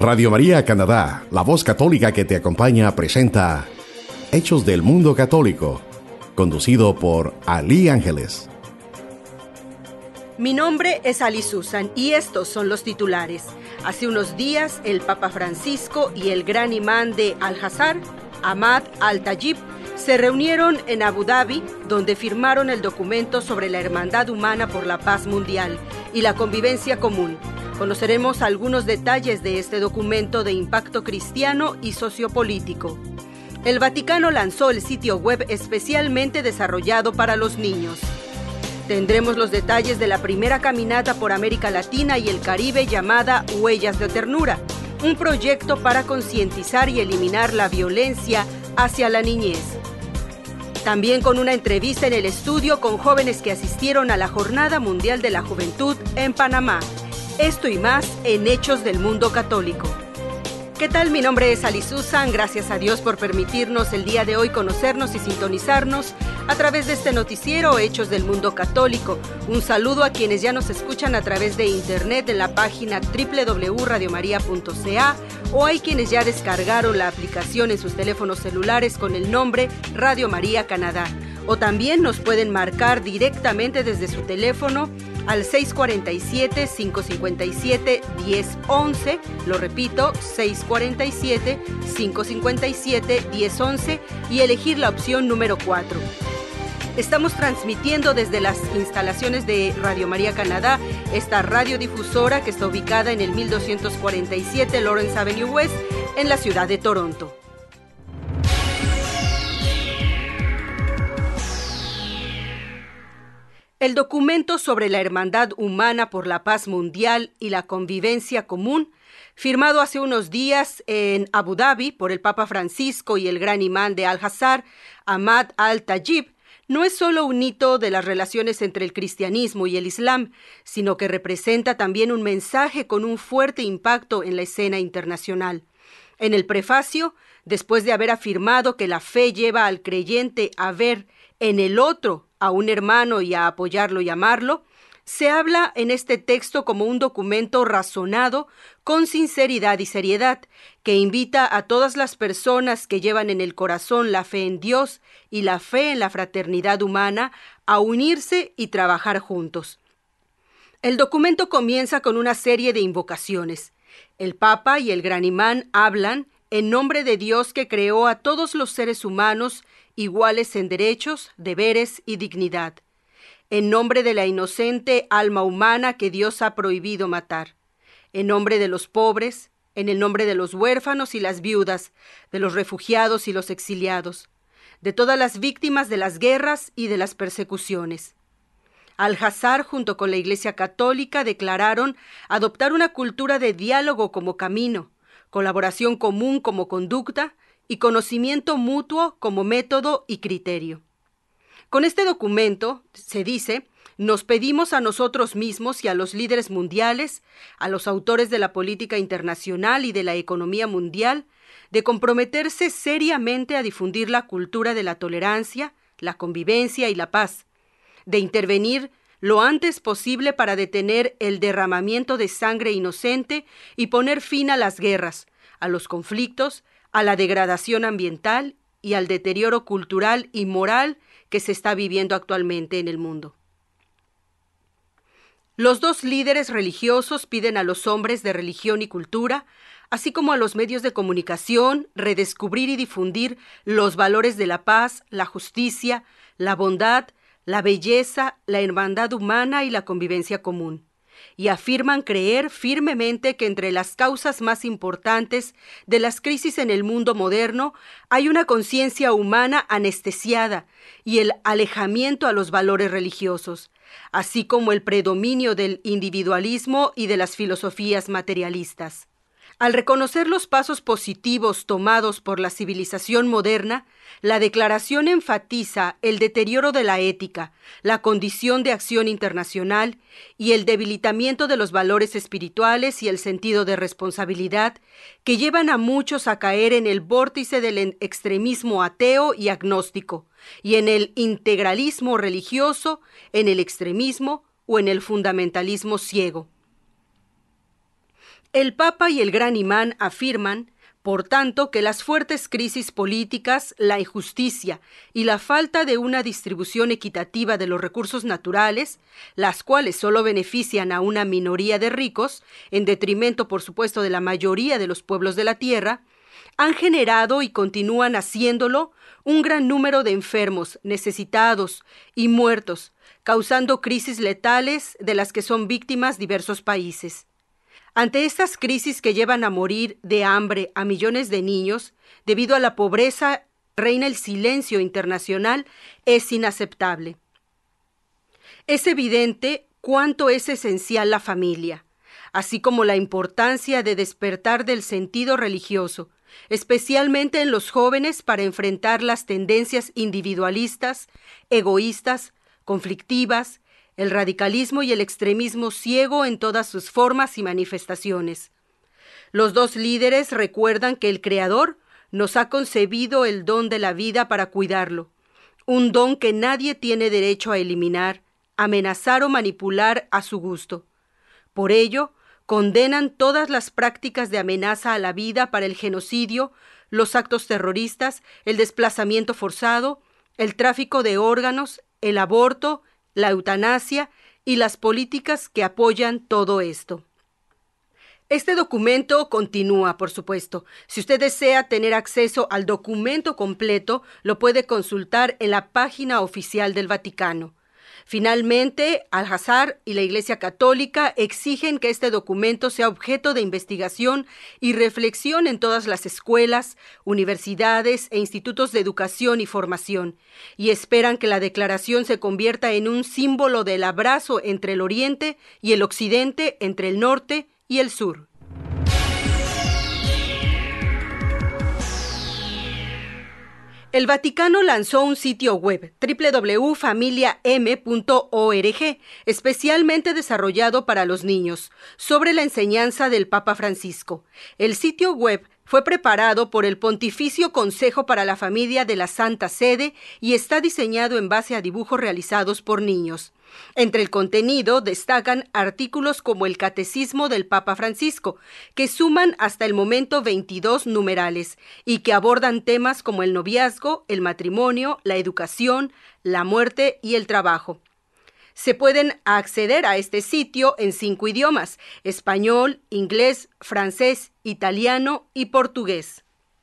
Radio María Canadá, la voz católica que te acompaña, presenta Hechos del Mundo Católico, conducido por Ali Ángeles. Mi nombre es Ali Susan y estos son los titulares. Hace unos días, el Papa Francisco y el gran imán de Al-Azhar, Ahmad Al-Tayeb, se reunieron en Abu Dhabi, donde firmaron el documento sobre la hermandad humana por la paz mundial y la convivencia común. Conoceremos algunos detalles de este documento de impacto cristiano y sociopolítico. El Vaticano lanzó el sitio web especialmente desarrollado para los niños. Tendremos los detalles de la primera caminata por América Latina y el Caribe llamada Huellas de Ternura, un proyecto para concientizar y eliminar la violencia hacia la niñez. También con una entrevista en el estudio con jóvenes que asistieron a la Jornada Mundial de la Juventud en Panamá. Esto y más en Hechos del Mundo Católico. ¿Qué tal? Mi nombre es Ali Susan. Gracias a Dios por permitirnos el día de hoy conocernos y sintonizarnos a través de este noticiero Hechos del Mundo Católico. Un saludo a quienes ya nos escuchan a través de internet en la página www.radiomaria.ca, o hay quienes ya descargaron la aplicación en sus teléfonos celulares con el nombre Radio María Canadá. O también nos pueden marcar directamente desde su teléfono al 647-557-1011, lo repito, 647-557-1011 y elegir la opción número 4. Estamos transmitiendo desde las instalaciones de Radio María Canadá, esta radiodifusora que está ubicada en el 1247 Lawrence Avenue West, en la ciudad de Toronto. El documento sobre la hermandad humana por la paz mundial y la convivencia común, firmado hace unos días en Abu Dhabi por el Papa Francisco y el gran imán de Al-Azhar, Ahmad Al-Tayeb, no es solo un hito de las relaciones entre el cristianismo y el islam, sino que representa también un mensaje con un fuerte impacto en la escena internacional. En el prefacio, después de haber afirmado que la fe lleva al creyente a ver en el otro a un hermano y a apoyarlo y amarlo, se habla en este texto como un documento razonado con sinceridad y seriedad, que invita a todas las personas que llevan en el corazón la fe en Dios y la fe en la fraternidad humana a unirse y trabajar juntos. El documento comienza con una serie de invocaciones. El Papa y el gran imán hablan en nombre de Dios que creó a todos los seres humanos iguales en derechos, deberes y dignidad, en nombre de la inocente alma humana que Dios ha prohibido matar, en nombre de los pobres, en el nombre de los huérfanos y las viudas, de los refugiados y los exiliados, de todas las víctimas de las guerras y de las persecuciones. Al-Azhar, junto con la Iglesia Católica, declararon adoptar una cultura de diálogo como camino, colaboración común como conducta y conocimiento mutuo como método y criterio. Con este documento, se dice, nos pedimos a nosotros mismos y a los líderes mundiales, a los autores de la política internacional y de la economía mundial, de comprometerse seriamente a difundir la cultura de la tolerancia, la convivencia y la paz, de intervenir lo antes posible para detener el derramamiento de sangre inocente y poner fin a las guerras, a los conflictos, a la degradación ambiental y al deterioro cultural y moral que se está viviendo actualmente en el mundo. Los dos líderes religiosos piden a los hombres de religión y cultura, así como a los medios de comunicación, redescubrir y difundir los valores de la paz, la justicia, la bondad, la belleza, la hermandad humana y la convivencia común. Y afirman creer firmemente que entre las causas más importantes de las crisis en el mundo moderno hay una conciencia humana anestesiada y el alejamiento a los valores religiosos, así como el predominio del individualismo y de las filosofías materialistas. Al reconocer los pasos positivos tomados por la civilización moderna, la declaración enfatiza el deterioro de la ética, la condición de acción internacional y el debilitamiento de los valores espirituales y el sentido de responsabilidad que llevan a muchos a caer en el vórtice del extremismo ateo y agnóstico, y en el integralismo religioso, en el extremismo o en el fundamentalismo ciego. El Papa y el Gran Imán afirman, por tanto, que las fuertes crisis políticas, la injusticia y la falta de una distribución equitativa de los recursos naturales, las cuales solo benefician a una minoría de ricos, en detrimento, por supuesto, de la mayoría de los pueblos de la tierra, han generado y continúan haciéndolo un gran número de enfermos, necesitados y muertos, causando crisis letales de las que son víctimas diversos países. Ante estas crisis que llevan a morir de hambre a millones de niños, debido a la pobreza, reina el silencio internacional, es inaceptable. Es evidente cuánto es esencial la familia, así como la importancia de despertar del sentido religioso, especialmente en los jóvenes para enfrentar las tendencias individualistas, egoístas, conflictivas, el radicalismo y el extremismo ciego en todas sus formas y manifestaciones. Los dos líderes recuerdan que el Creador nos ha concebido el don de la vida para cuidarlo, un don que nadie tiene derecho a eliminar, amenazar o manipular a su gusto. Por ello, condenan todas las prácticas de amenaza a la vida para el genocidio, los actos terroristas, el desplazamiento forzado, el tráfico de órganos, el aborto, la eutanasia y las políticas que apoyan todo esto. Este documento continúa, por supuesto. Si usted desea tener acceso al documento completo, lo puede consultar en la página oficial del Vaticano. Finalmente, Al-Azhar y la Iglesia Católica exigen que este documento sea objeto de investigación y reflexión en todas las escuelas, universidades e institutos de educación y formación, y esperan que la declaración se convierta en un símbolo del abrazo entre el Oriente y el Occidente, entre el Norte y el Sur. El Vaticano lanzó un sitio web, www.familiam.org, especialmente desarrollado para los niños, sobre la enseñanza del Papa Francisco. El sitio web fue preparado por el Pontificio Consejo para la Familia de la Santa Sede y está diseñado en base a dibujos realizados por niños. Entre el contenido destacan artículos como el Catecismo del Papa Francisco, que suman hasta el momento 22 numerales y que abordan temas como el noviazgo, el matrimonio, la educación, la muerte y el trabajo. Se pueden acceder a este sitio en 5 idiomas: español, inglés, francés, italiano y portugués.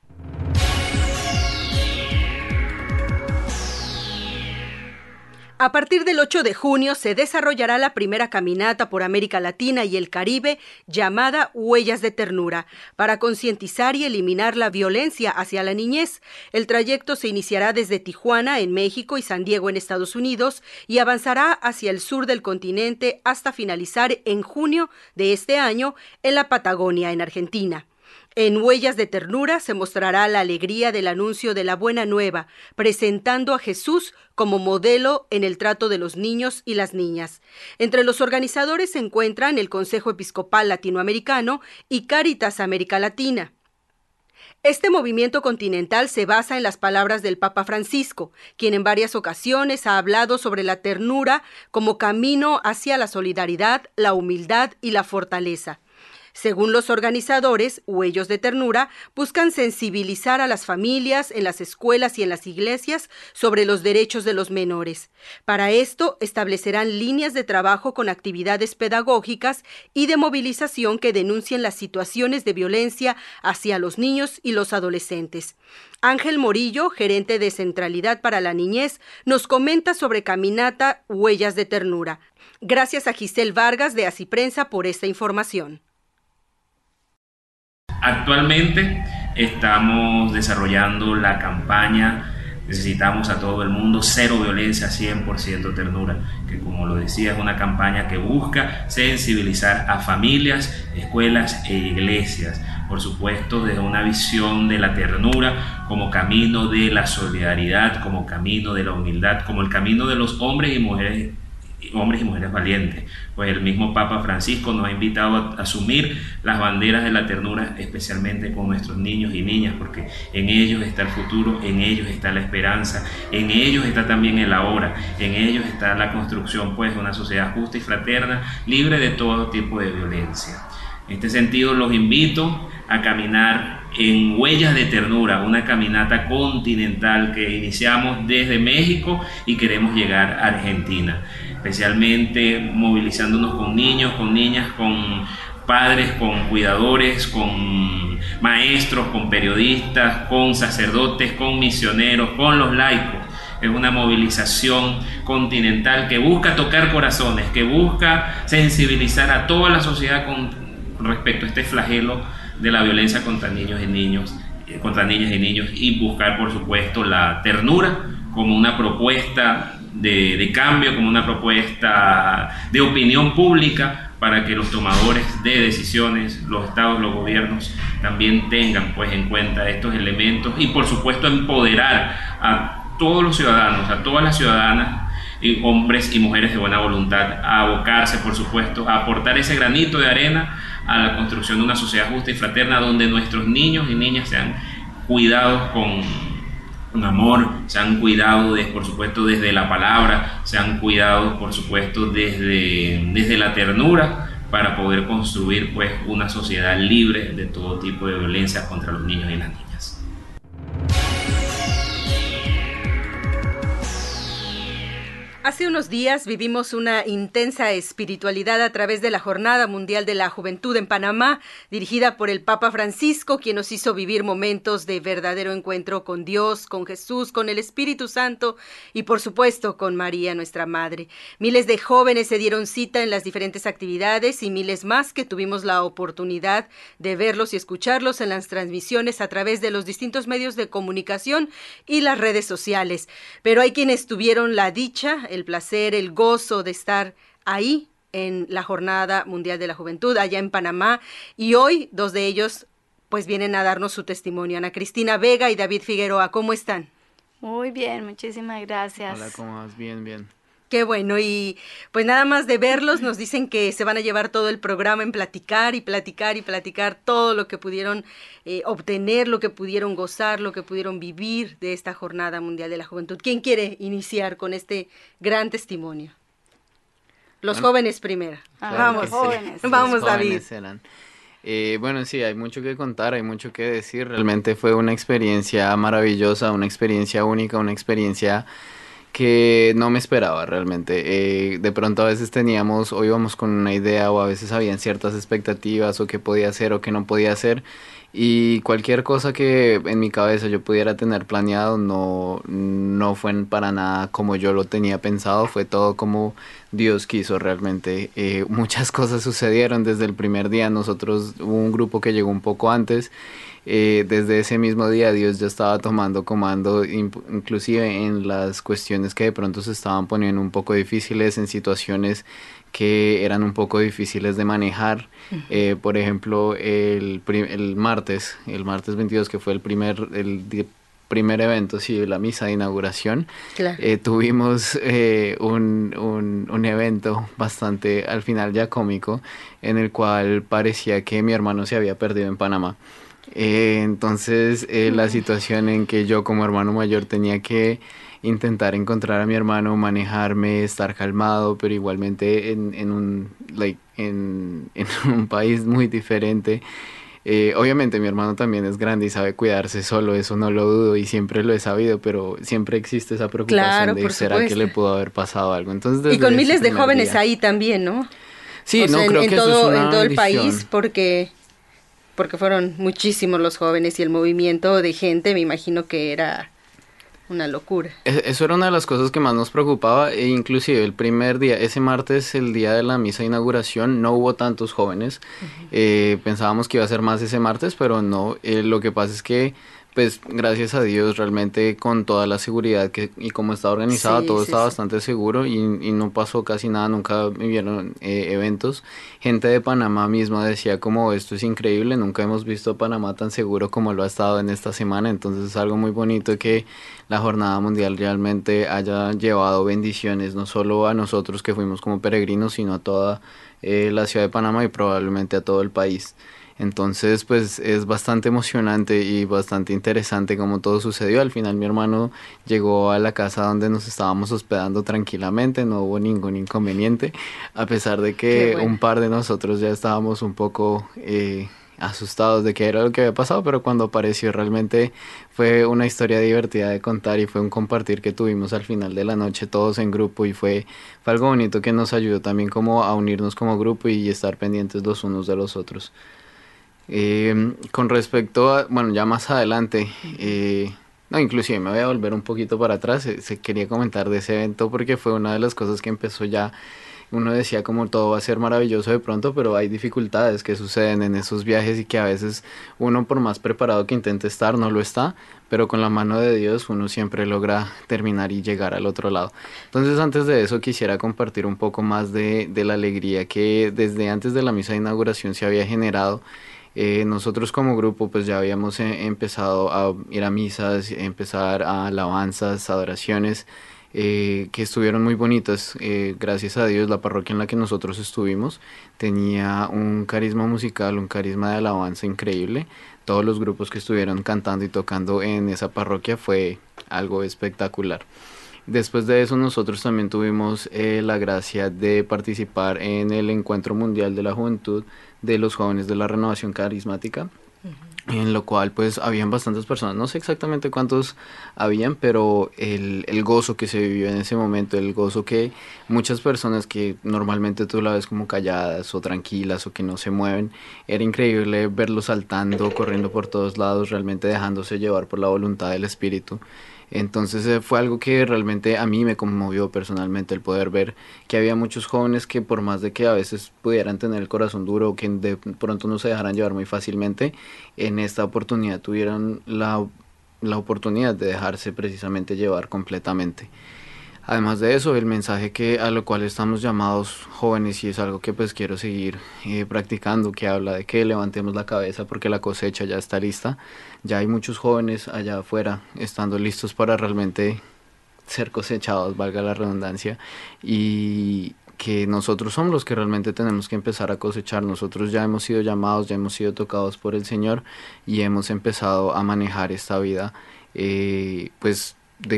A partir del 8 de junio se desarrollará la primera caminata por América Latina y el Caribe llamada Huellas de Ternura, para concientizar y eliminar la violencia hacia la niñez. El trayecto se iniciará desde Tijuana, en México, y San Diego, en Estados Unidos, y avanzará hacia el sur del continente hasta finalizar en junio de este año en la Patagonia, en Argentina. En Huellas de Ternura se mostrará la alegría del anuncio de la buena nueva, presentando a Jesús como modelo en el trato de los niños y las niñas. Entre los organizadores se encuentran el Consejo Episcopal Latinoamericano y Cáritas América Latina. Este movimiento continental se basa en las palabras del Papa Francisco, quien en varias ocasiones ha hablado sobre la ternura como camino hacia la solidaridad, la humildad y la fortaleza. Según los organizadores, Huellas de Ternura buscan sensibilizar a las familias en las escuelas y en las iglesias sobre los derechos de los menores. Para esto, establecerán líneas de trabajo con actividades pedagógicas y de movilización que denuncien las situaciones de violencia hacia los niños y los adolescentes. Ángel Morillo, gerente de Centralidad para la Niñez, nos comenta sobre Caminata Huellas de Ternura. Gracias a Giselle Vargas de Así Prensa por esta información. Actualmente estamos desarrollando la campaña Necesitamos a todo el mundo, cero violencia, 100% ternura, que como lo decía es una campaña que busca sensibilizar a familias, escuelas e iglesias, por supuesto desde una visión de la ternura como camino de la solidaridad, como camino de la humildad, como el camino de los hombres y mujeres valientes. Pues el mismo Papa Francisco nos ha invitado a asumir las banderas de la ternura, especialmente con nuestros niños y niñas, porque en ellos está el futuro, en ellos está la esperanza, en ellos está también el ahora, en ellos está la construcción pues de una sociedad justa y fraterna, libre de todo tipo de violencia. En este sentido, los invito a caminar en Huellas de Ternura, una caminata continental que iniciamos desde México y queremos llegar a Argentina, especialmente movilizándonos con niños, con niñas, con padres, con cuidadores, con maestros, con periodistas, con sacerdotes, con misioneros, con los laicos. Es una movilización continental que busca tocar corazones, que busca sensibilizar a toda la sociedad con respecto a este flagelo de la violencia contra niños y niños, contra niñas y niños, y buscar, por supuesto, la ternura como una propuesta de cambio, como una propuesta de opinión pública para que los tomadores de decisiones, los estados, los gobiernos, también tengan pues en cuenta estos elementos y, por supuesto, empoderar a todos los ciudadanos, a todas las ciudadanas, y hombres y mujeres de buena voluntad, a abocarse, por supuesto, a aportar ese granito de arena a la construcción de una sociedad justa y fraterna donde nuestros niños y niñas sean cuidados con amor, sean cuidados, por supuesto, desde la palabra, sean cuidados, por supuesto, desde la ternura, para poder construir pues una sociedad libre de todo tipo de violencia contra los niños y las niñas. Hace unos días vivimos una intensa espiritualidad a través de la Jornada Mundial de la Juventud en Panamá, dirigida por el Papa Francisco, quien nos hizo vivir momentos de verdadero encuentro con Dios, con Jesús, con el Espíritu Santo y, por supuesto, con María, nuestra Madre. Miles de jóvenes se dieron cita en las diferentes actividades y miles más que tuvimos la oportunidad de verlos y escucharlos en las transmisiones a través de los distintos medios de comunicación y las redes sociales. Pero hay quienes tuvieron la dicha, el placer, el gozo de estar ahí en la Jornada Mundial de la Juventud, allá en Panamá, y hoy dos de ellos pues vienen a darnos su testimonio. Ana Cristina Vega y David Figueroa, ¿cómo están? Muy bien, muchísimas gracias. Hola, ¿cómo vas? Bien, bien. Qué bueno, y pues nada más de verlos nos dicen que se van a llevar todo el programa en platicar y platicar y platicar todo lo que pudieron obtener, lo que pudieron gozar, lo que pudieron vivir de esta Jornada Mundial de la Juventud. ¿Quién quiere iniciar con este gran testimonio? Los jóvenes primero. Claro, vamos, jóvenes. Vamos, Los David. jóvenes eran. Bueno, sí, hay mucho que contar, hay mucho que decir. Realmente fue una experiencia maravillosa, una experiencia única, una experiencia que no me esperaba realmente. De pronto a veces teníamos o íbamos con una idea o a veces habían ciertas expectativas o qué podía hacer o qué no podía hacer, y cualquier cosa que en mi cabeza yo pudiera tener planeado no fue para nada como yo lo tenía pensado, fue todo como Dios quiso realmente. Muchas cosas sucedieron desde el primer día. Nosotros, hubo un grupo que llegó un poco antes. Desde ese mismo día Dios ya estaba tomando comando, inclusive en las cuestiones que de pronto se estaban poniendo un poco difíciles, en situaciones que eran un poco difíciles de manejar. Por ejemplo, el martes 22, que fue el primer evento, sí, la misa de inauguración, claro. Tuvimos un evento bastante, al final ya cómico, en el cual parecía que mi hermano se había perdido en Panamá. Entonces la situación en que yo como hermano mayor tenía que intentar encontrar a mi hermano, manejarme, estar calmado, pero igualmente en un país muy diferente. Obviamente mi hermano también es grande y sabe cuidarse solo, eso no lo dudo y siempre lo he sabido, pero siempre existe esa preocupación, claro, de ¿será que le pudo haber pasado algo? Entonces, y con miles de jóvenes ahí también, ¿no? Sí, no, creo que eso es una en todo el bendición. país, porque fueron muchísimos los jóvenes y el movimiento de gente, me imagino que era una locura. Eso era una de las cosas que más nos preocupaba, e inclusive el primer día, ese martes, el día de la misa de inauguración, no hubo tantos jóvenes. Pensábamos que iba a ser más ese martes, pero no. Lo que pasa es que, pues, gracias a Dios, realmente con toda la seguridad y como está organizada, todo está bastante seguro y no pasó casi nada, nunca vivieron eventos. Gente de Panamá misma decía como esto es increíble, nunca hemos visto Panamá tan seguro como lo ha estado en esta semana, entonces es algo muy bonito que la Jornada Mundial realmente haya llevado bendiciones, no solo a nosotros que fuimos como peregrinos, sino a toda la ciudad de Panamá y probablemente a todo el país. Entonces, pues es bastante emocionante y bastante interesante cómo todo sucedió. Al final mi hermano llegó a la casa donde nos estábamos hospedando tranquilamente, no hubo ningún inconveniente, a pesar de que un par de nosotros ya estábamos un poco asustados de qué era lo que había pasado, pero cuando apareció realmente fue una historia divertida de contar y fue un compartir que tuvimos al final de la noche todos en grupo y fue algo bonito que nos ayudó también como a unirnos como grupo y estar pendientes los unos de los otros. Con respecto a, bueno, ya más adelante, no, inclusive me voy a volver un poquito para atrás, se quería comentar de ese evento porque fue una de las cosas que empezó ya, uno decía como todo va a ser maravilloso de pronto, pero hay dificultades que suceden en esos viajes y que a veces uno por más preparado que intente estar no lo está, pero con la mano de Dios uno siempre logra terminar y llegar al otro lado. Entonces antes de eso quisiera compartir un poco más de la alegría que desde antes de la misa de inauguración se había generado. Nosotros como grupo pues ya habíamos empezado a ir a misas, empezar a alabanzas, adoraciones que estuvieron muy bonitas. Gracias a Dios la parroquia en la que nosotros estuvimos tenía un carisma musical, un carisma de alabanza increíble. Todos los grupos que estuvieron cantando y tocando en esa parroquia fue algo espectacular. Después de eso nosotros también tuvimos la gracia de participar en el Encuentro Mundial de la Juventud de los Jóvenes de la Renovación Carismática, en lo cual pues habían bastantes personas, no sé exactamente cuántos habían, pero el gozo que se vivió en ese momento, el gozo que muchas personas que normalmente tú la ves como calladas o tranquilas o que no se mueven, era increíble verlos saltando, corriendo por todos lados, realmente dejándose llevar por la voluntad del Espíritu. Entonces fue algo que realmente a mí me conmovió personalmente, el poder ver que había muchos jóvenes que por más de que a veces pudieran tener el corazón duro o que de pronto no se dejaran llevar muy fácilmente, en esta oportunidad tuvieron la oportunidad de dejarse precisamente llevar completamente. Además de eso, el mensaje a lo cual estamos llamados jóvenes, y es algo que pues quiero seguir practicando, que habla de que levantemos la cabeza porque la cosecha ya está lista. Ya hay muchos jóvenes allá afuera estando listos para realmente ser cosechados, valga la redundancia, y que nosotros somos los que realmente tenemos que empezar a cosechar. Nosotros ya hemos sido llamados, ya hemos sido tocados por el Señor y hemos empezado a manejar esta vida pues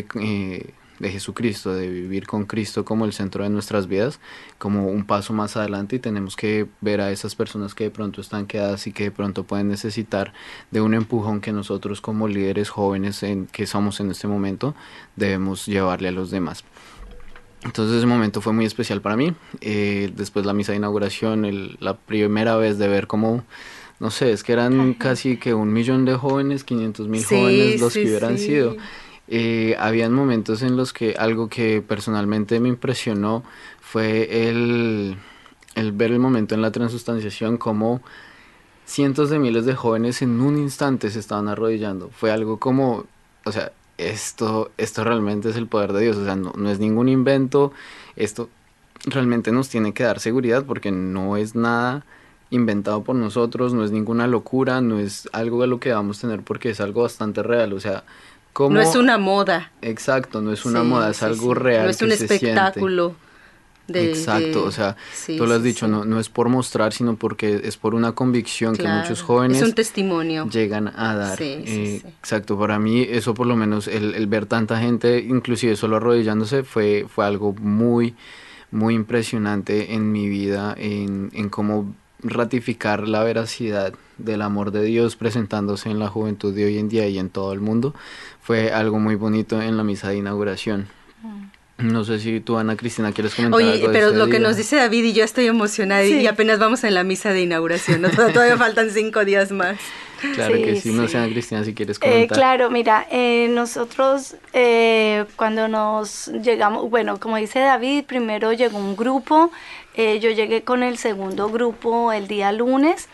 de Jesucristo, de vivir con Cristo como el centro de nuestras vidas, como un paso más adelante, y tenemos que ver a esas personas que de pronto están quedadas y que de pronto pueden necesitar de un empujón que nosotros como líderes jóvenes que somos en este momento debemos llevarle a los demás. Entonces ese momento fue muy especial para mí. Después la misa de inauguración, la primera vez de ver cómo, no sé, es que eran casi que 1 millón de jóvenes, 500,000 jóvenes los que hubieran sido. Habían momentos en los que algo que personalmente me impresionó fue el ver el momento en la transustanciación, como cientos de miles de jóvenes en un instante se estaban arrodillando. Fue algo como, o sea, esto realmente es el poder de Dios, o sea, no es ningún invento, esto realmente nos tiene que dar seguridad porque no es nada inventado por nosotros, no es ninguna locura, no es algo a lo que vamos a tener porque es algo bastante real, o sea, no es una moda. Exacto, no es una moda, es algo real. No es un espectáculo. Exacto, o sea, tú lo has dicho, no es por mostrar, sino porque es por una convicción que muchos jóvenes es un testimonio. Llegan a dar. Exacto, para mí eso por lo menos, el ver tanta gente, inclusive solo arrodillándose, fue algo muy, muy impresionante en mi vida, en cómo ratificar la veracidad del amor de Dios presentándose en la juventud de hoy en día y en todo el mundo. Fue algo muy bonito en la misa de inauguración. No sé si tú, Ana Cristina, quieres comentar algo de ese día. Oye, pero lo que nos dice David y yo estoy emocionada y apenas vamos en la misa de inauguración, ¿no? Todavía faltan 5 días más. Claro que sí, no sé, Ana Cristina, si quieres comentar. Claro, mira, nosotros cuando nos llegamos, bueno, como dice David, primero llegó un grupo, yo llegué con el segundo grupo el día lunes,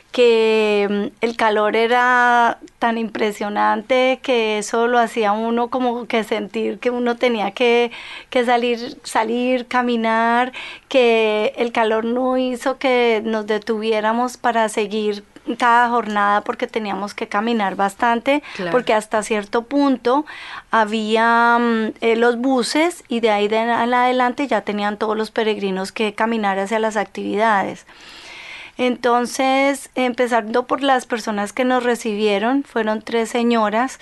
que el calor era tan impresionante que eso lo hacía uno como que sentir que uno tenía que salir, caminar, que el calor no hizo que nos detuviéramos para seguir cada jornada porque teníamos que caminar bastante, porque hasta cierto punto había los buses y de ahí en adelante ya tenían todos los peregrinos que caminar hacia las actividades. Entonces, empezando por las personas que nos recibieron, fueron 3 señoras,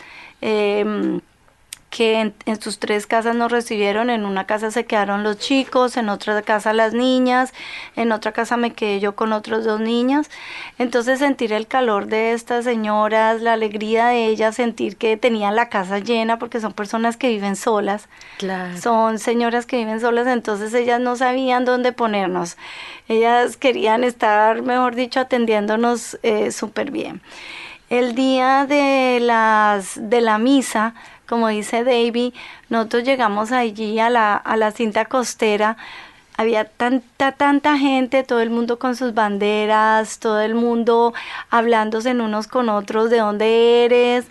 que en sus 3 casas nos recibieron. En una casa se quedaron los chicos, en otra casa las niñas, en otra casa me quedé yo con otros 2 niños. Entonces sentir el calor de estas señoras, la alegría de ellas, sentir que tenían la casa llena, porque son personas que viven solas. Claro. Son señoras que viven solas, entonces ellas no sabían dónde ponernos. Ellas querían estar, mejor dicho, atendiéndonos súper bien. El día de la misa, como dice David, nosotros llegamos allí a la cinta costera. Había tanta gente, todo el mundo con sus banderas, todo el mundo hablándose en unos con otros, ¿de dónde eres?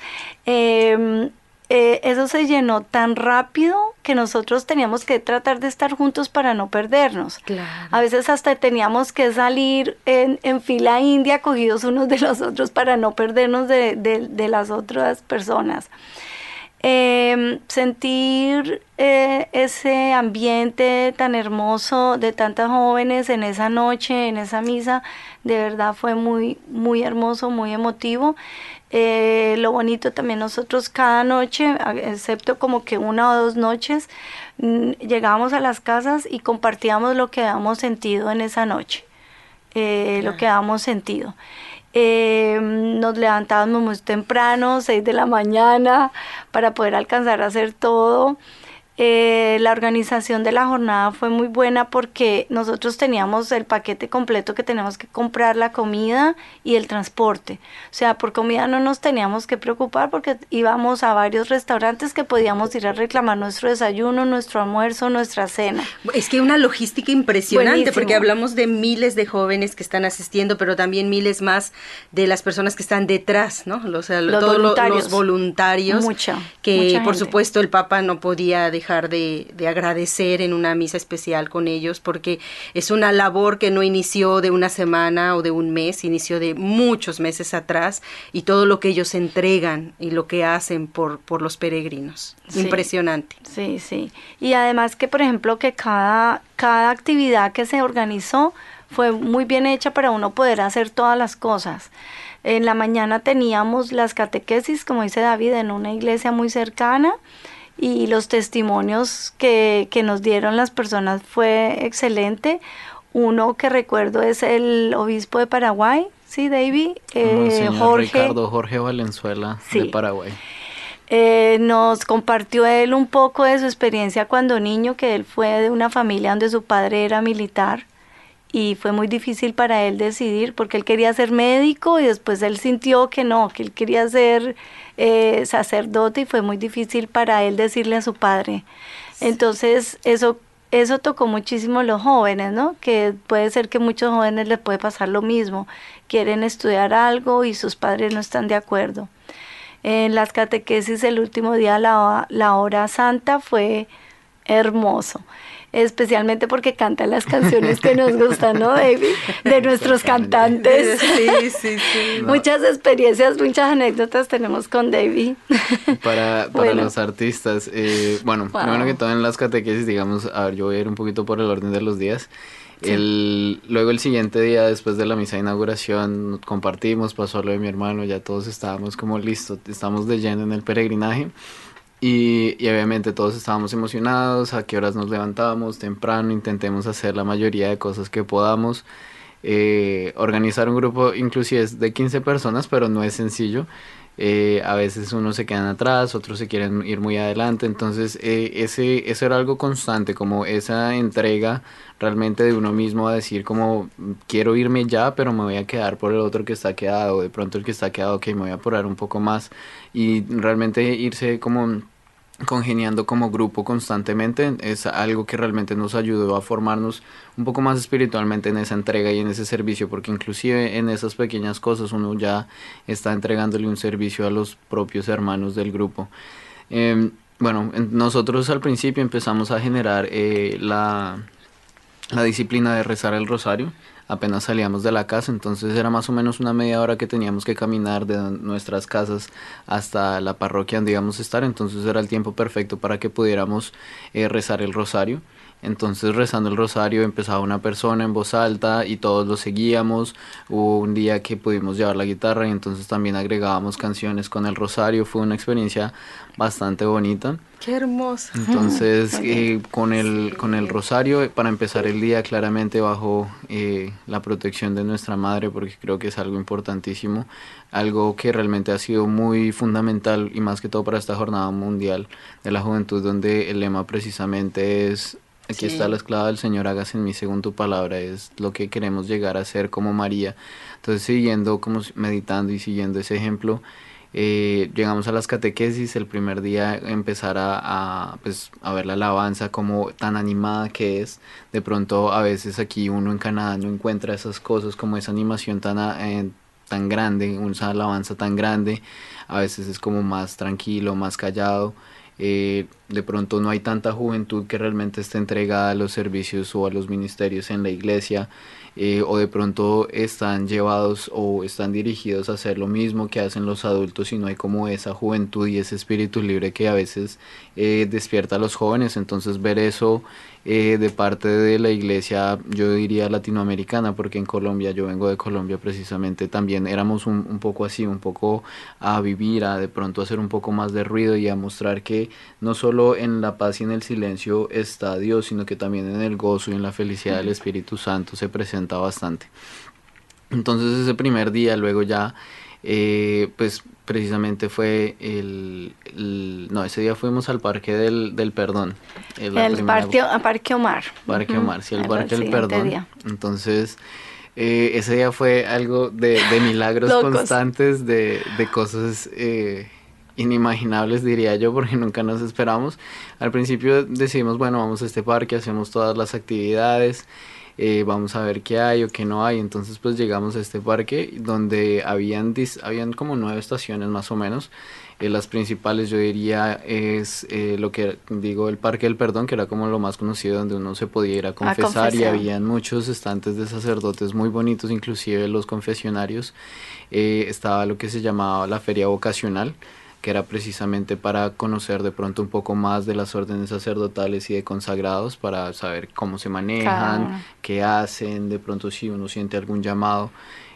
Eso se llenó tan rápido que nosotros teníamos que tratar de estar juntos para no perdernos. Claro. A veces hasta teníamos que salir en fila india, cogidos unos de los otros, para no perdernos de las otras personas. Sentir ese ambiente tan hermoso de tantas jóvenes en esa noche, en esa misa, de verdad fue muy, muy hermoso, muy emotivo. Lo bonito también, nosotros cada noche, excepto como que 1 o 2 noches, llegábamos a las casas y compartíamos lo que habíamos sentido en esa noche, lo que habíamos sentido. Nos levantábamos muy temprano, 6 de la mañana, para poder alcanzar a hacer todo. La organización de la jornada fue muy buena porque nosotros teníamos el paquete completo, que teníamos que comprar la comida y el transporte. O sea, por comida no nos teníamos que preocupar porque íbamos a varios restaurantes que podíamos ir a reclamar nuestro desayuno, nuestro almuerzo, nuestra cena. Es que una logística impresionante. Buenísimo. Porque hablamos de miles de jóvenes que están asistiendo, pero también miles más de las personas que están detrás, ¿no? O sea, todos los voluntarios. Mucha por gente. supuesto, el Papa no podía dejar de agradecer en una misa especial con ellos, porque es una labor que no inició de una semana o de un mes, inició de muchos meses atrás, y todo lo que ellos entregan y lo que hacen por los peregrinos. Sí. Impresionante. Sí, sí. Y además que, por ejemplo, que cada actividad que se organizó fue muy bien hecha para uno poder hacer todas las cosas. En la mañana teníamos las catequesis, como dice David, en una iglesia muy cercana, y los testimonios que nos dieron las personas fue excelente. Uno que recuerdo es el obispo de Paraguay, ¿sí, David? Jorge Valenzuela, sí, de Paraguay. Nos compartió él un poco de su experiencia cuando niño, que él fue de una familia donde su padre era militar, y fue muy difícil para él decidir, porque él quería ser médico y después él sintió que no, que él quería ser sacerdote, y fue muy difícil para él decirle a su padre. Entonces eso tocó muchísimo a los jóvenes, ¿no? Que puede ser que muchos jóvenes les puede pasar lo mismo, quieren estudiar algo y sus padres no están de acuerdo. En las catequesis el último día, la hora santa, fue hermoso, especialmente porque cantan las canciones que nos gustan, ¿no, David? De nuestros cantantes. Sí. No. Muchas experiencias, muchas anécdotas tenemos con David. Para Bueno. los artistas, Wow. primero que todo en las catequesis, digamos, a ver, yo voy a ir un poquito por el orden de los días. Sí. Luego el siguiente día, después de la misa de inauguración, compartimos, pasó lo de mi hermano, ya todos estábamos como listos, estamos de lleno en el peregrinaje. Y obviamente todos estábamos emocionados, a qué horas nos levantábamos temprano, intentemos hacer la mayoría de cosas que podamos, organizar un grupo inclusive es de 15 personas, pero no es sencillo. A veces unos se quedan atrás, otros se quieren ir muy adelante, entonces eso era algo constante, como esa entrega realmente de uno mismo a decir como quiero irme ya, pero me voy a quedar por el otro que está quedado, de pronto el que está quedado, ok, me voy a apurar un poco más, y realmente irse como congeniando como grupo constantemente es algo que realmente nos ayudó a formarnos un poco más espiritualmente en esa entrega y en ese servicio, porque inclusive en esas pequeñas cosas uno ya está entregándole un servicio a los propios hermanos del grupo. Nosotros al principio empezamos a generar la disciplina de rezar el rosario apenas salíamos de la casa, entonces era más o menos una media hora que teníamos que caminar de nuestras casas hasta la parroquia donde íbamos a estar, entonces era el tiempo perfecto para que pudiéramos rezar el rosario. Entonces, rezando el rosario, empezaba una persona en voz alta y todos lo seguíamos. Hubo un día que pudimos llevar la guitarra y entonces también agregábamos canciones con el rosario. Fue una experiencia bastante bonita. ¡Qué hermoso! Entonces, con el rosario, para empezar el día claramente bajo la protección de nuestra madre, porque creo que es algo importantísimo, algo que realmente ha sido muy fundamental y más que todo para esta jornada mundial de la juventud, donde el lema precisamente es: aquí está la esclava del Señor, hágase en mí según tu palabra. Es lo que queremos llegar a ser como María. Entonces, siguiendo, como meditando y siguiendo ese ejemplo, llegamos a las catequesis. El primer día empezar pues, a ver la alabanza como tan animada que es. De pronto a veces aquí uno en Canadá no encuentra esas cosas, como esa animación tan grande, esa alabanza tan grande. A veces es como más tranquilo, más callado. De pronto no hay tanta juventud que realmente esté entregada a los servicios o a los ministerios en la iglesia, o de pronto están llevados o están dirigidos a hacer lo mismo que hacen los adultos y no hay como esa juventud y ese espíritu libre que a veces despierta a los jóvenes. Entonces ver eso de parte de la iglesia, yo diría latinoamericana, porque en Colombia, yo vengo de Colombia precisamente, también éramos un poco así, un poco a vivir, a de pronto hacer un poco más de ruido y a mostrar que no solo en la paz y en el silencio está Dios, sino que también en el gozo y en la felicidad del Espíritu Santo se presenta bastante. Entonces ese primer día, luego ya pues precisamente fue ese día fuimos al Parque del Perdón. Parque Omar. Parque Omar, sí, el Parque del Perdón. Día. Entonces ese día fue algo de milagros constantes, de cosas inimaginables, diría yo, porque nunca nos esperamos. Al principio decidimos, bueno, vamos a este parque, hacemos todas las actividades, vamos a ver qué hay o qué no hay. Entonces pues llegamos a este parque donde habían como 9 estaciones más o menos. Las principales, yo diría, es lo que digo, el Parque del Perdón, que era como lo más conocido, donde uno se podía ir a confesar, y habían muchos estantes de sacerdotes muy bonitos, inclusive los confesionarios. Estaba lo que se llamaba la feria vocacional, que era precisamente para conocer de pronto un poco más de las órdenes sacerdotales y de consagrados, para saber cómo se manejan, qué hacen, de pronto si uno siente algún llamado.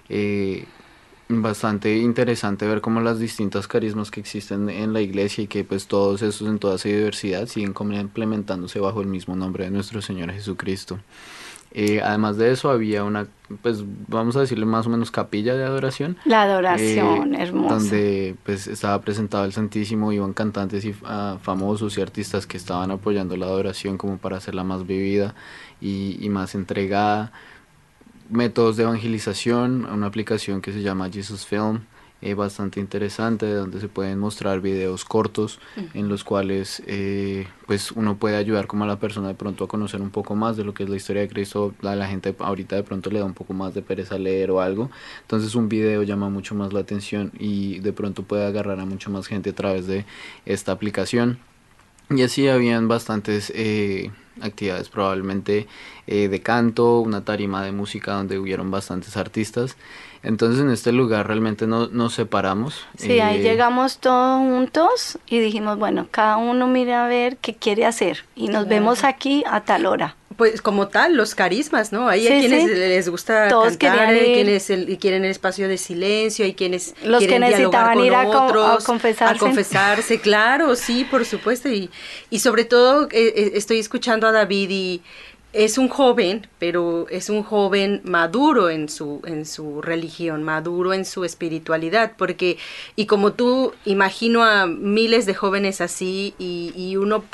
Bastante interesante ver cómo las distintas carismas que existen en la iglesia y que pues todos esos en toda su diversidad siguen complementándose bajo el mismo nombre de nuestro Señor Jesucristo. Además de eso había una, pues vamos a decirle más o menos capilla de adoración. La adoración, hermosa. Donde pues estaba presentado el Santísimo, iban cantantes y famosos y artistas que estaban apoyando la adoración como para hacerla más vivida y más entregada. Métodos de evangelización, una aplicación que se llama Jesus Film, bastante interesante, donde se pueden mostrar videos cortos en los cuales pues uno puede ayudar como a la persona de pronto a conocer un poco más de lo que es la historia de Cristo. A la gente ahorita de pronto le da un poco más de pereza leer o algo, entonces un video llama mucho más la atención y de pronto puede agarrar a mucha más gente a través de esta aplicación. Y así habían bastantes actividades, probablemente de canto, una tarima de música donde hubieron bastantes artistas. Entonces en este lugar realmente nos separamos. Sí, ahí llegamos todos juntos y dijimos, bueno, cada uno mira a ver qué quiere hacer y nos vemos aquí a tal hora. Pues como tal, los carismas, ¿no? Hay quienes les gusta todos cantar, hay quienes quieren el espacio de silencio, hay quienes los quieren que necesitaban ir a confesarse, claro, sí, por supuesto, y sobre todo estoy escuchando a David y es un joven, pero es un joven maduro en su religión, maduro en su espiritualidad, porque, y como tú, imagino a miles de jóvenes así, y uno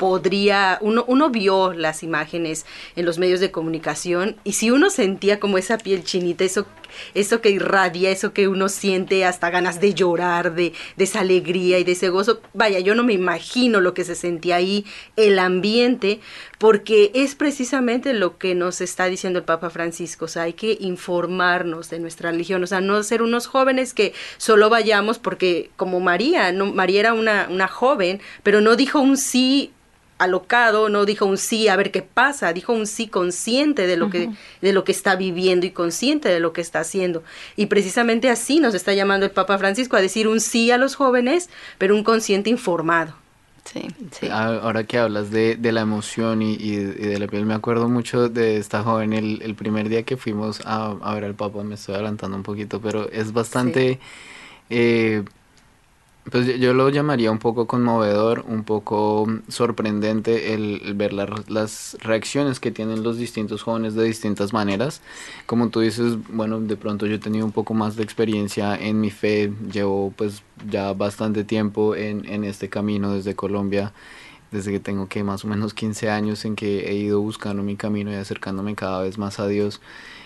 vio las imágenes en los medios de comunicación, y si uno sentía como esa piel chinita, eso que irradia, eso que uno siente hasta ganas de llorar, de esa alegría y de ese gozo, vaya, yo no me imagino lo que se sentía ahí, el ambiente, porque es precisamente lo que nos está diciendo el Papa Francisco. O sea, hay que informarnos de nuestra religión, o sea, no ser unos jóvenes que solo vayamos porque, como María era una joven, pero no dijo un sí alocado, no dijo un sí a ver qué pasa, dijo un sí consciente de lo que está viviendo y consciente de lo que está haciendo. Y precisamente así nos está llamando el Papa Francisco, a decir un sí a los jóvenes, pero un consciente informado. Sí, sí. Ahora que hablas de la emoción y de la piel, me acuerdo mucho de esta joven el primer día que fuimos a ver al Papa. Me estoy adelantando un poquito, pero es Sí. bastante, eh, pues yo lo llamaría un poco conmovedor, un poco sorprendente el ver las reacciones que tienen los distintos jóvenes de distintas maneras. Como tú dices, bueno, de pronto yo he tenido un poco más de experiencia en mi fe, llevo pues ya bastante tiempo en este camino desde Colombia, desde que tengo que más o menos 15 años en que he ido buscando mi camino y acercándome cada vez más a Dios.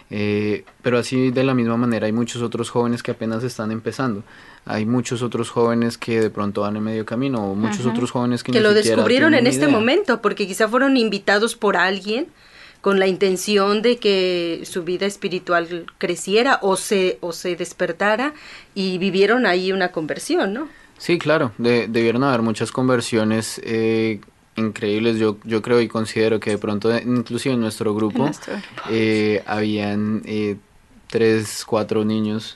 Pero así de la misma manera hay muchos otros jóvenes que apenas están empezando. Hay muchos otros jóvenes que de pronto van en medio camino, o muchos otros jóvenes que Que ni lo siquiera descubrieron en tienen este idea. momento, porque quizá fueron invitados por alguien con la intención de que su vida espiritual creciera o se despertara y vivieron ahí una conversión, ¿no? Sí, claro, debieron haber muchas conversiones increíbles. Yo creo y considero que de pronto, inclusive en nuestro En grupo, nuestro grupo. habían 3, 4 niños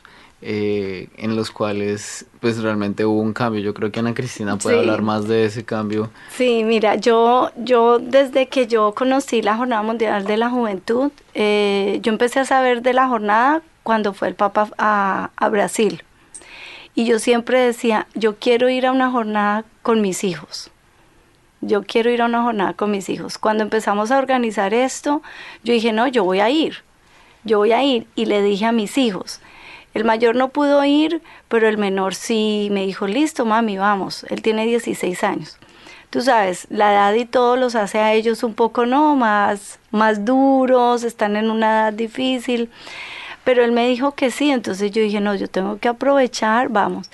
en los cuales pues realmente hubo un cambio. Yo creo que Ana Cristina puede hablar Sí. más de ese cambio. Sí, mira, yo desde que yo conocí la Jornada Mundial de la Juventud, yo empecé a saber de la jornada cuando fue el Papa a Brasil. Y yo siempre decía, yo quiero ir a una jornada con mis hijos. Yo quiero ir a una jornada con mis hijos. Cuando empezamos a organizar esto, yo dije, no, yo voy a ir. Yo voy a ir. Y le dije a mis hijos. El mayor no pudo ir, pero el menor sí me dijo, listo, mami, vamos. Él tiene 16 años. Tú sabes, la edad y todo los hace a ellos un poco, ¿no? Más duros, están en una edad difícil. Pero él me dijo que sí, entonces yo dije, no, yo tengo que aprovechar, vamos.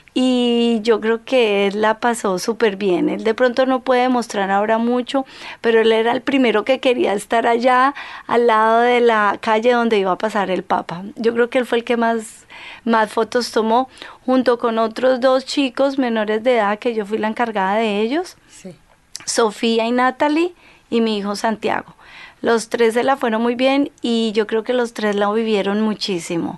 Y yo creo que él la pasó súper bien. Él de pronto no puede mostrar ahora mucho, pero él era el primero que quería estar allá al lado de la calle donde iba a pasar el Papa. Yo creo que él fue el que más fotos tomó, junto con otros 2 chicos menores de edad que yo fui la encargada de ellos, Sí. Sofía y Natalie, y mi hijo Santiago. Los 3 se la fueron muy bien y yo creo que los 3 la vivieron muchísimo.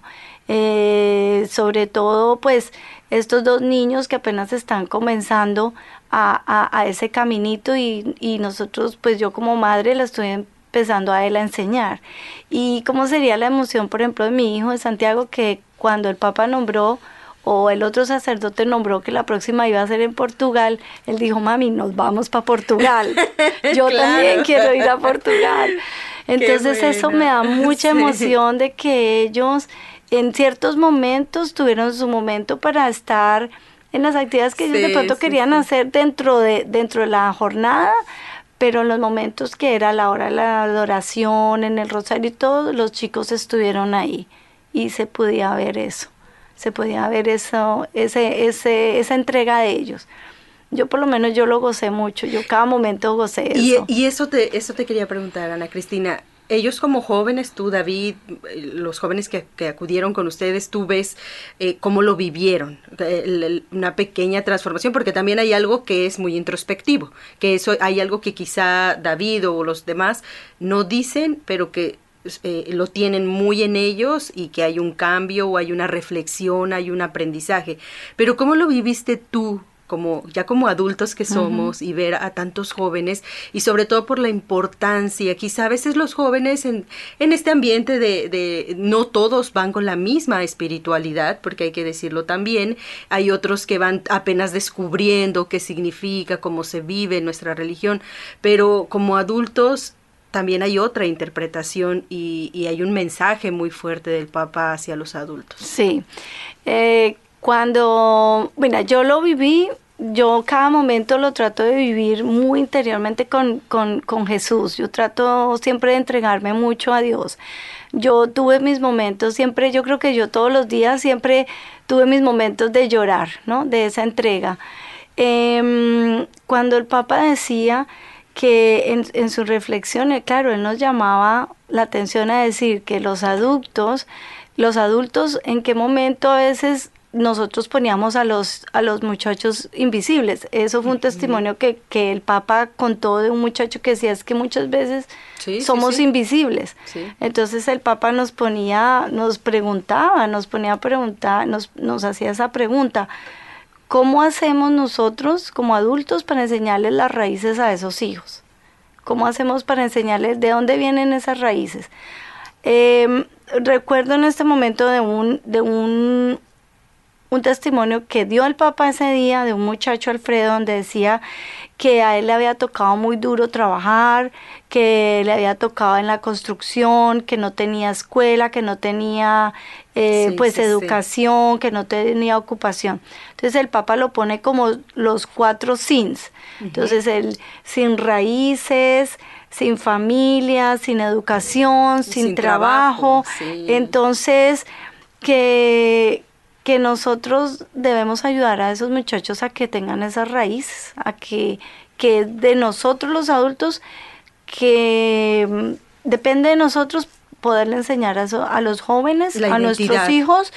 Sobre todo, pues, estos 2 niños que apenas están comenzando a ese caminito y nosotros, pues yo como madre la estoy empezando a él a enseñar. ¿Y cómo sería la emoción, por ejemplo, de mi hijo de Santiago, que cuando el Papa nombró o el otro sacerdote nombró que la próxima iba a ser en Portugal, él dijo, mami, nos vamos para Portugal. Yo Claro. también quiero ir a Portugal. Entonces eso me da mucha Sí. emoción de que ellos en ciertos momentos tuvieron su momento para estar en las actividades que ellos de Sí, pronto sí, querían sí. hacer dentro de la jornada, pero en los momentos que era la hora de la adoración, en el rosario y todo, los chicos estuvieron ahí y se podía ver eso. Se podía ver eso, esa entrega de ellos. Yo por lo menos yo lo gocé mucho, yo cada momento gocé eso. Y eso te quería preguntar, Ana Cristina. Ellos como jóvenes, tú, David, los jóvenes que acudieron con ustedes, tú ves cómo lo vivieron, una pequeña transformación, porque también hay algo que es muy introspectivo, que eso hay algo que quizá David o los demás no dicen, pero que lo tienen muy en ellos y que hay un cambio o hay una reflexión, hay un aprendizaje. Pero ¿cómo lo viviste tú? Como adultos que somos, y ver a tantos jóvenes, y sobre todo por la importancia, quizá a veces los jóvenes en este ambiente de no todos van con la misma espiritualidad, porque hay que decirlo también, hay otros que van apenas descubriendo qué significa, cómo se vive nuestra religión, pero como adultos también hay otra interpretación y hay un mensaje muy fuerte del Papa hacia los adultos. Sí, mira, yo lo viví, yo cada momento lo trato de vivir muy interiormente con Jesús. Yo trato siempre de entregarme mucho a Dios. Yo tuve mis momentos siempre, yo creo que yo todos los días siempre tuve mis momentos de llorar, ¿no? De esa entrega. Cuando el Papa decía que en su reflexión, claro, él nos llamaba la atención a decir que los adultos, en qué momento a veces nosotros poníamos a los muchachos invisibles. Eso fue un testimonio que el Papa contó de un muchacho que decía, es que muchas veces somos invisibles. Sí. Entonces el Papa nos ponía a preguntar, nos hacía esa pregunta, ¿cómo hacemos nosotros como adultos para enseñarles las raíces a esos hijos? ¿Cómo hacemos para enseñarles de dónde vienen esas raíces? Recuerdo en este momento de un testimonio que dio el Papa ese día de un muchacho, Alfredo, donde decía que a él le había tocado muy duro trabajar, que le había tocado en la construcción, que no tenía escuela, que no tenía educación, que no tenía ocupación. Entonces el Papa lo pone como los 4 sins. Entonces el sin raíces, sin familia, sin educación, sin trabajo. Sí. Entonces que nosotros debemos ayudar a esos muchachos a que tengan esas raíces, a que de nosotros los adultos, que depende de nosotros poderle enseñar eso a los jóvenes, a nuestros hijos,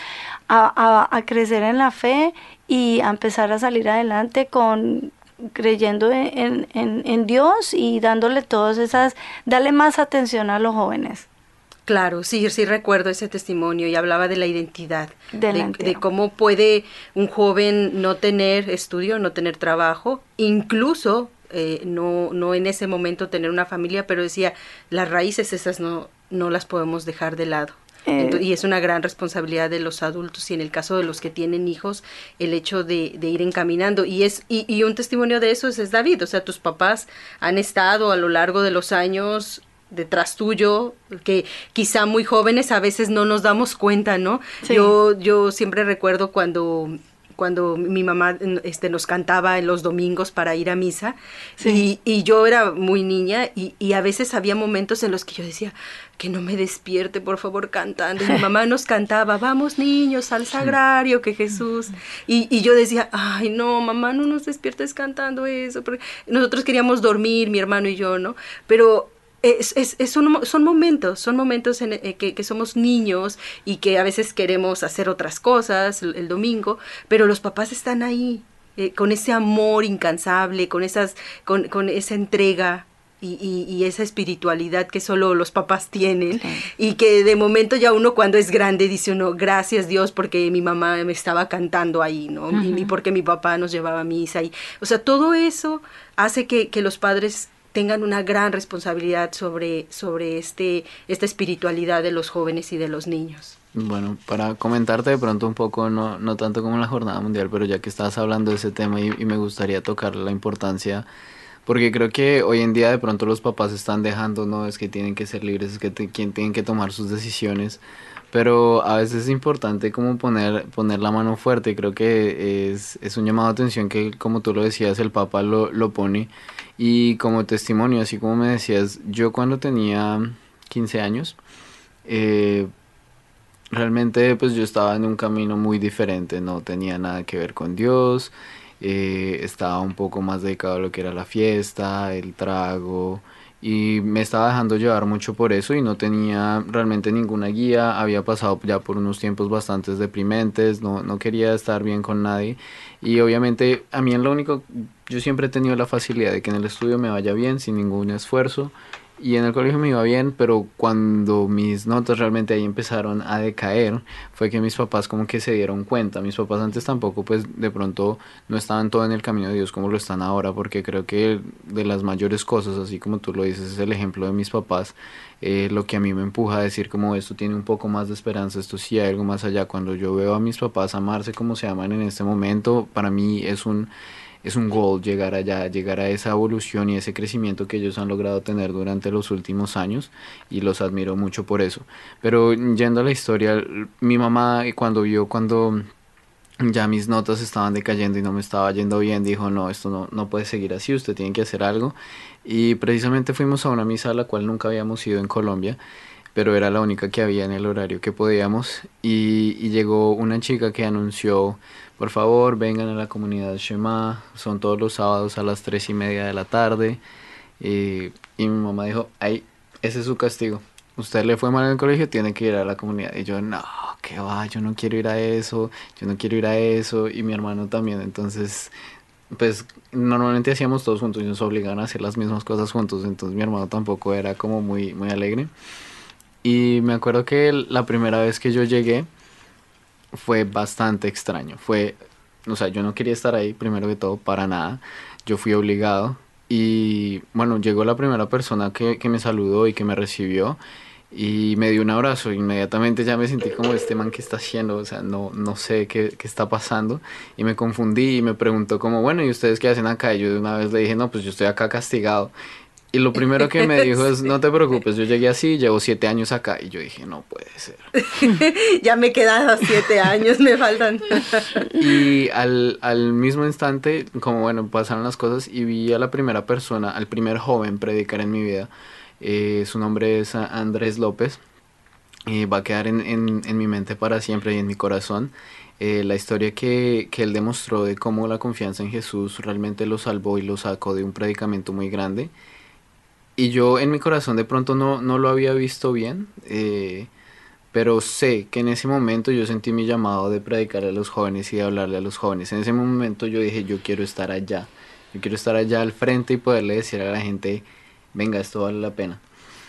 a crecer en la fe y a empezar a salir adelante creyendo en Dios y dándole darle más atención a los jóvenes. Claro, sí recuerdo ese testimonio y hablaba de la identidad, de cómo puede un joven no tener estudio, no tener trabajo, incluso no en ese momento tener una familia, pero decía, las raíces esas no las podemos dejar de lado. Y es una gran responsabilidad de los adultos y en el caso de los que tienen hijos, el hecho de ir encaminando. Y un testimonio de eso es David, o sea, tus papás han estado a lo largo de los años detrás tuyo, que quizá muy jóvenes a veces no nos damos cuenta, ¿no? Sí. Yo siempre recuerdo cuando mi mamá nos cantaba en los domingos para ir a misa, sí. y yo era muy niña y a veces había momentos en los que yo decía, que no me despierte, por favor, cantando. Y mi mamá nos cantaba, vamos niños al sagrario, que Jesús. Y yo decía, ay no, mamá, no nos despiertes cantando eso, porque nosotros queríamos dormir, mi hermano y yo, ¿no? Pero son momentos en que somos niños y que a veces queremos hacer otras cosas el domingo, pero los papás están ahí con ese amor incansable, con esa entrega y esa espiritualidad que solo los papás tienen, sí. Y que de momento ya uno cuando es grande dice uno, gracias Dios porque mi mamá me estaba cantando ahí, ¿no? Uh-huh. Y porque mi papá nos llevaba a misa o sea, todo eso hace que los padres tengan una gran responsabilidad sobre esta espiritualidad de los jóvenes y de los niños. Bueno, para comentarte de pronto un poco, no tanto como en la Jornada Mundial, pero ya que estabas hablando de ese tema y me gustaría tocar la importancia, porque creo que hoy en día de pronto los papás están dejando, no, es que tienen que ser libres, es que tienen que tomar sus decisiones, pero a veces es importante como poner la mano fuerte. Creo que es un llamado de atención que, como tú lo decías, el Papa lo pone. Y como testimonio, así como me decías, yo cuando tenía 15 años, realmente pues yo estaba en un camino muy diferente, no tenía nada que ver con Dios, estaba un poco más dedicado a lo que era la fiesta, el trago, y me estaba dejando llevar mucho por eso y no tenía realmente ninguna guía. Había pasado ya por unos tiempos bastante deprimentes, no quería estar bien con nadie y obviamente a mí yo siempre he tenido la facilidad de que en el estudio me vaya bien sin ningún esfuerzo y en el colegio me iba bien, pero cuando mis notas realmente ahí empezaron a decaer, fue que mis papás como que se dieron cuenta. Mis papás antes tampoco pues de pronto no estaban todo en el camino de Dios como lo están ahora, porque creo que de las mayores cosas, así como tú lo dices, es el ejemplo de mis papás, lo que a mí me empuja a decir como esto tiene un poco más de esperanza, esto sí hay algo más allá. Cuando yo veo a mis papás amarse como se aman en este momento, para mí es un goal llegar allá, llegar a esa evolución y ese crecimiento que ellos han logrado tener durante los últimos años y los admiro mucho por eso. Pero yendo a la historia, mi mamá cuando ya mis notas estaban decayendo y no me estaba yendo bien, dijo, no, esto no puede seguir así, usted tiene que hacer algo. Y precisamente fuimos a una misa a la cual nunca habíamos ido en Colombia, pero era la única que había en el horario que podíamos, y llegó una chica que anunció, por favor, vengan a la comunidad Shema, son todos los sábados a las 3:30 de la tarde, y mi mamá dijo, ay, ese es su castigo, usted le fue mal en el colegio, tiene que ir a la comunidad. Y yo, no, qué va, yo no quiero ir a eso, y mi hermano también. Entonces, pues normalmente hacíamos todos juntos y nos obligaban a hacer las mismas cosas juntos, entonces mi hermano tampoco era como muy, muy alegre. Y me acuerdo que la primera vez que yo llegué fue bastante extraño, fue o sea, yo no quería estar ahí, primero que todo, para nada. Yo fui obligado y bueno, llegó la primera persona que me saludó y que me recibió y me dio un abrazo. Inmediatamente ya me sentí como este man que está haciendo, o sea, no sé qué está pasando y me confundí y me preguntó como, bueno, ¿y ustedes qué hacen acá? Y yo de una vez le dije, no, pues yo estoy acá castigado. Y lo primero que me dijo es, no te preocupes, yo llegué así, llevo 7 años acá. Y yo dije, no puede ser. Ya me quedan 7 años, me faltan. Y al mismo instante, como bueno, pasaron las cosas y vi a la primera persona, al primer joven predicar en mi vida. Su nombre es Andrés López. Va a quedar en mi mente para siempre y en mi corazón. La historia que él demostró de cómo la confianza en Jesús realmente lo salvó y lo sacó de un predicamento muy grande. Y yo en mi corazón de pronto no lo había visto bien, pero sé que en ese momento yo sentí mi llamado de predicar a los jóvenes y de hablarle a los jóvenes. En ese momento yo dije, yo quiero estar allá. Yo quiero estar allá al frente y poderle decir a la gente, venga, esto vale la pena.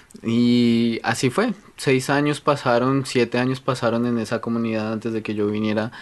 Y así fue. 6 años pasaron, 7 años pasaron en esa comunidad antes de que yo viniera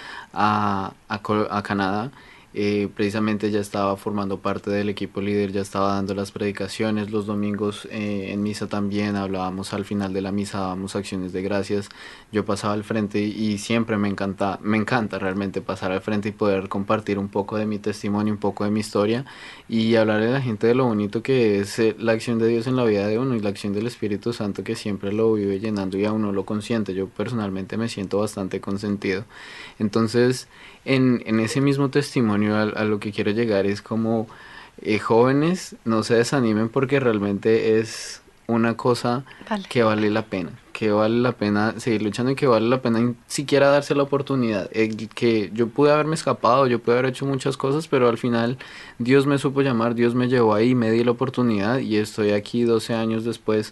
a Canadá. Precisamente ya estaba formando parte del equipo líder, ya estaba dando las predicaciones los domingos, en misa también hablábamos al final de la misa, dábamos acciones de gracias. Yo pasaba al frente y siempre me encanta realmente pasar al frente y poder compartir un poco de mi testimonio, un poco de mi historia y hablarle a la gente de lo bonito que es la acción de Dios en la vida de uno y la acción del Espíritu Santo que siempre lo vive llenando y a uno lo consiente. Yo personalmente me siento bastante consentido. Entonces, en ese mismo testimonio a lo que quiero llegar es como jóvenes, no se desanimen porque realmente es una cosa que vale la pena seguir luchando y que vale la pena siquiera darse la oportunidad. Que yo pude haberme escapado, yo pude haber hecho muchas cosas, pero al final Dios me supo llamar, Dios me llevó ahí, me di la oportunidad y estoy aquí 12 años después,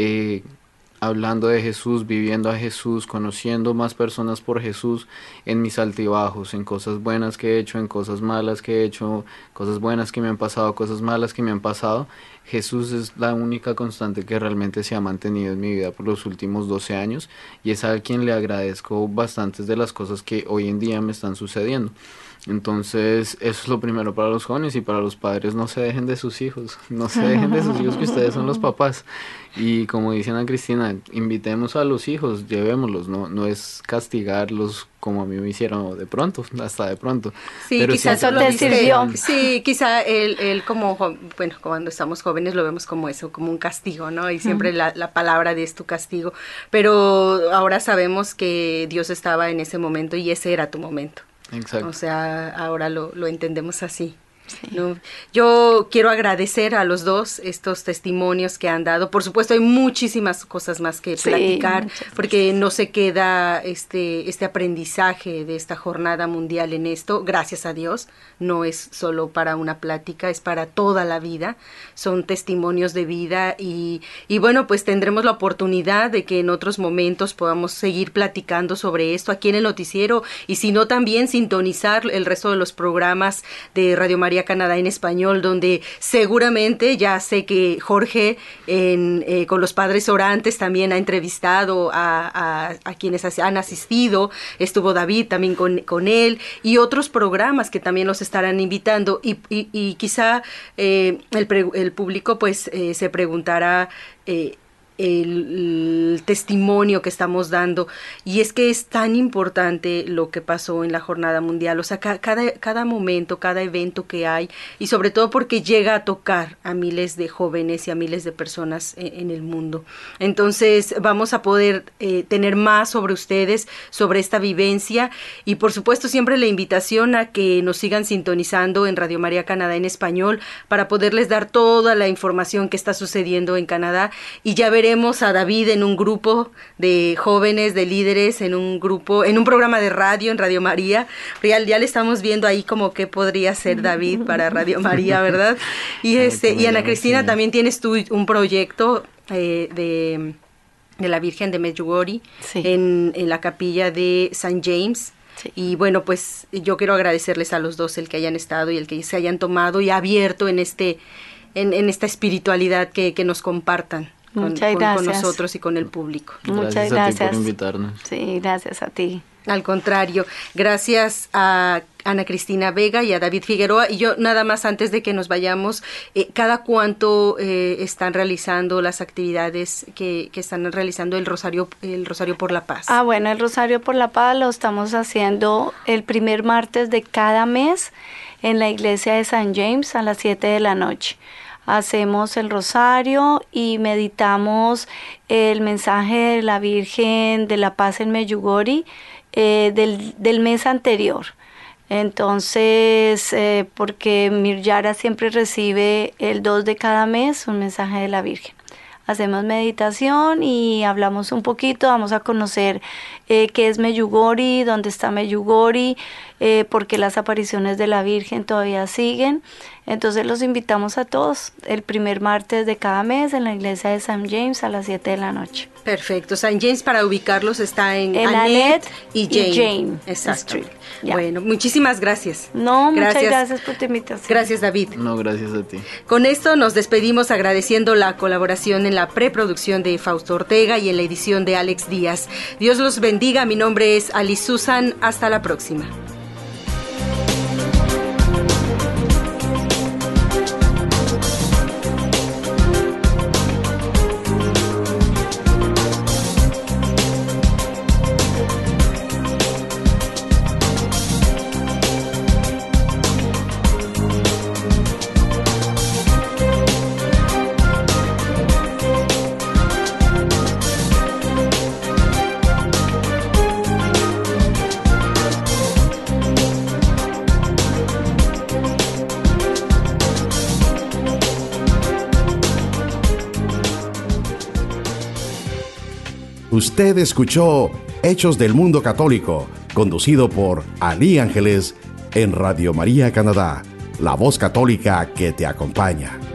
hablando de Jesús, viviendo a Jesús, conociendo más personas por Jesús en mis altibajos, en cosas buenas que he hecho, en cosas malas que he hecho, cosas buenas que me han pasado, cosas malas que me han pasado. Jesús es la única constante que realmente se ha mantenido en mi vida por los últimos 12 años y es a quien le agradezco bastantes de las cosas que hoy en día me están sucediendo. Entonces, eso es lo primero para los jóvenes y para los padres, no se dejen de sus hijos, no se dejen de sus hijos que ustedes son los papás. Y como dice Ana Cristina, invitemos a los hijos, llevémoslos, no es castigarlos como a mí me hicieron de pronto, hasta de pronto. Sí, pero quizás eso te sirvió. Sí, quizá él como, bueno, cuando estamos jóvenes lo vemos como eso, como un castigo, ¿no? Y siempre la palabra de es tu castigo. Pero ahora sabemos que Dios estaba en ese momento y ese era tu momento. Exacto. O sea, ahora lo entendemos así. Sí. ¿No? Yo quiero agradecer a los dos estos testimonios que han dado. Por supuesto, hay muchísimas cosas más que platicar, porque no se queda este aprendizaje de esta jornada mundial en esto, gracias a Dios. No es solo para una plática, es para toda la vida. Son testimonios de vida y bueno, pues tendremos la oportunidad de que en otros momentos podamos seguir platicando sobre esto aquí en el noticiero y si no también sintonizar el resto de los programas de Radio María Canadá en español, donde seguramente ya sé que Jorge con los Padres Orantes también ha entrevistado a quienes han asistido, estuvo David también con él y otros programas que también los estarán invitando y quizá el público pues se preguntará el testimonio que estamos dando y es que es tan importante lo que pasó en la jornada mundial, o sea, cada momento, cada evento que hay y sobre todo porque llega a tocar a miles de jóvenes y a miles de personas en el mundo. Entonces vamos a poder tener más sobre ustedes, sobre esta vivencia y por supuesto siempre la invitación a que nos sigan sintonizando en Radio María Canadá en español para poderles dar toda la información que está sucediendo en Canadá y ya veremos a David en un grupo de jóvenes, de líderes, en un programa de radio, en Radio María. Ya le estamos viendo ahí como qué podría ser David para Radio María, ¿verdad? Y Ana Cristina, también tienes tú un proyecto de la Virgen de Medjugorje en la capilla de St. James. Sí. Y bueno, pues yo quiero agradecerles a los dos el que hayan estado y el que se hayan tomado y abierto en esta espiritualidad que nos compartan. Con nosotros y con el público. Muchas gracias a ti por invitarnos. Sí, gracias a ti. Al contrario, gracias a Ana Cristina Vega y a David Figueroa. Y yo nada más antes de que nos vayamos, ¿cada cuánto están realizando las actividades que están realizando el Rosario por la Paz? Bueno, el Rosario por la Paz lo estamos haciendo el primer martes de cada mes en la iglesia de St. James a las 7 de la noche. Hacemos el rosario y meditamos el mensaje de la Virgen de la Paz en Medjugorje del mes anterior. Entonces, porque Miryara siempre recibe el 2 de cada mes un mensaje de la Virgen. Hacemos meditación y hablamos un poquito, vamos a conocer qué es Medjugorje, dónde está Medjugorje, por qué las apariciones de la Virgen todavía siguen. Entonces los invitamos a todos el primer martes de cada mes en la iglesia de St. James a las 7 de la noche. Perfecto. St. James, para ubicarlos, está en Annette y Jane. Exacto. Bueno, muchísimas gracias. Muchas gracias por tu invitación. Gracias, David. Gracias a ti. Con esto nos despedimos agradeciendo la colaboración en la preproducción de Fausto Ortega y en la edición de Alex Díaz. Dios los bendiga. Mi nombre es Alice Susan. Hasta la próxima. Usted escuchó Hechos del Mundo Católico, conducido por Ali Ángeles en Radio María Canadá, la voz católica que te acompaña.